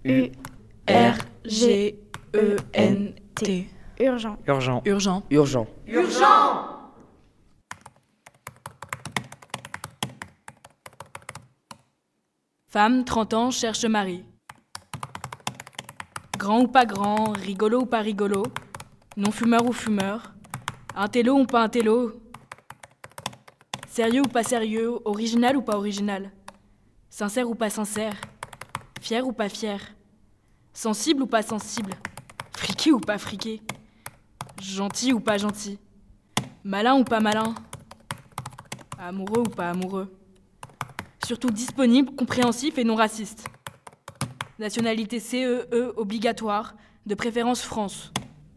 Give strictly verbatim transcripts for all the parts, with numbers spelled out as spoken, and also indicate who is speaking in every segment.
Speaker 1: U R G E N T.
Speaker 2: Urgent.
Speaker 3: Urgent.
Speaker 1: Urgent.
Speaker 3: Urgent.
Speaker 4: Urgent.
Speaker 1: Femme, trente ans, cherche mari. Grand ou pas grand, rigolo ou pas rigolo, non-fumeur ou fumeur, intello ou pas intello, sérieux ou pas sérieux, original ou pas original, sincère ou pas sincère, fier ou pas fier, sensible ou pas sensible, friqué ou pas friqué, gentil ou pas gentil, malin ou pas malin, amoureux ou pas amoureux, surtout disponible, compréhensif et non raciste. Nationalité C E E obligatoire, de préférence France.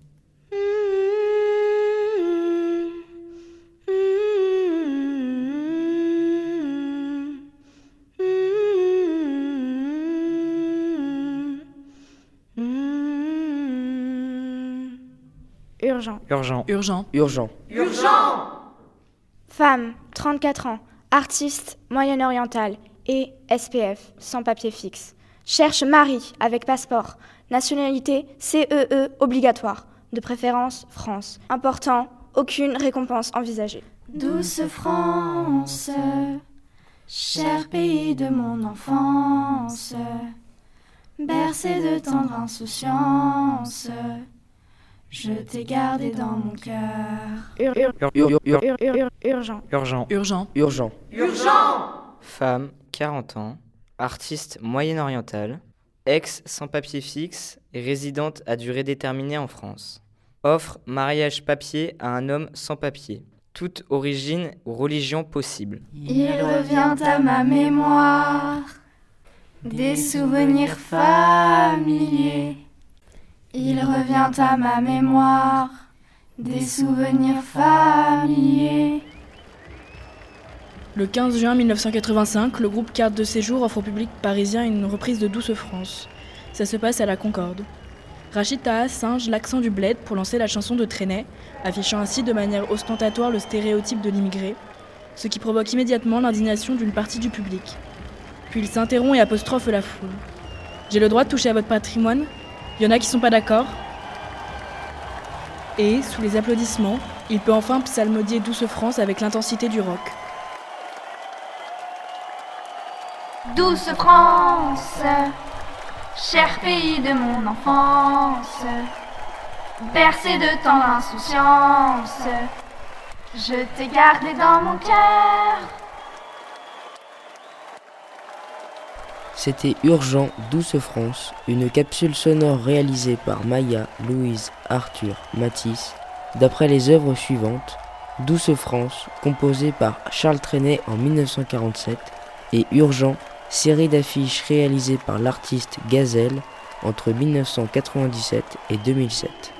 Speaker 2: Urgent.
Speaker 3: Urgent.
Speaker 1: Urgent.
Speaker 3: Urgent.
Speaker 4: Urgent.
Speaker 2: Femme, trente-quatre ans, artiste, moyen-oriental et S P F, sans papier fixe. Cherche mari avec passeport. Nationalité C E E obligatoire. De préférence France. Important, aucune récompense envisagée.
Speaker 5: Douce France, cher pays de mon enfance, bercé de tendre insouciance, je t'ai gardé dans mon cœur.
Speaker 2: Ur- ur-
Speaker 3: Ur- ur- ur-
Speaker 2: ur- ur- ur- urgent.
Speaker 3: Urgent.
Speaker 1: Urgent.
Speaker 3: Urgent.
Speaker 4: Urgent.
Speaker 6: Femme, quarante ans, artiste moyen-orientale, ex sans papier fixe et résidente à durée déterminée en France. Offre mariage papier à un homme sans papier. Toute origine ou religion possible.
Speaker 5: Il revient à ma mémoire des souvenirs familiers. Il revient à ma mémoire des souvenirs familiers.
Speaker 1: Le quinze juin mille neuf cent quatre-vingt-cinq, le groupe Carte de séjour offre au public parisien une reprise de Douce France. Ça se passe à la Concorde. Rachid Taha singe l'accent du bled pour lancer la chanson de Trenet, affichant ainsi de manière ostentatoire le stéréotype de l'immigré, ce qui provoque immédiatement l'indignation d'une partie du public. Puis il s'interrompt et apostrophe la foule. « J'ai le droit de toucher à votre patrimoine ? Il y en a qui sont pas d'accord ?» Et, sous les applaudissements, il peut enfin psalmodier Douce France avec l'intensité du rock.
Speaker 5: Douce France, cher pays de mon enfance, bercé de tendre insouciance, je t'ai gardé dans mon cœur.
Speaker 7: C'était Urgent, Douce France, une capsule sonore réalisée par Maya, Louise, Arthur, Mathis, d'après les œuvres suivantes. Douce France, composée par Charles Trenet en mille neuf cent quarante-sept, et Urgent, série d'affiches réalisée par l'artiste Gazelle entre mille neuf cent quatre-vingt-dix-sept et deux mille sept.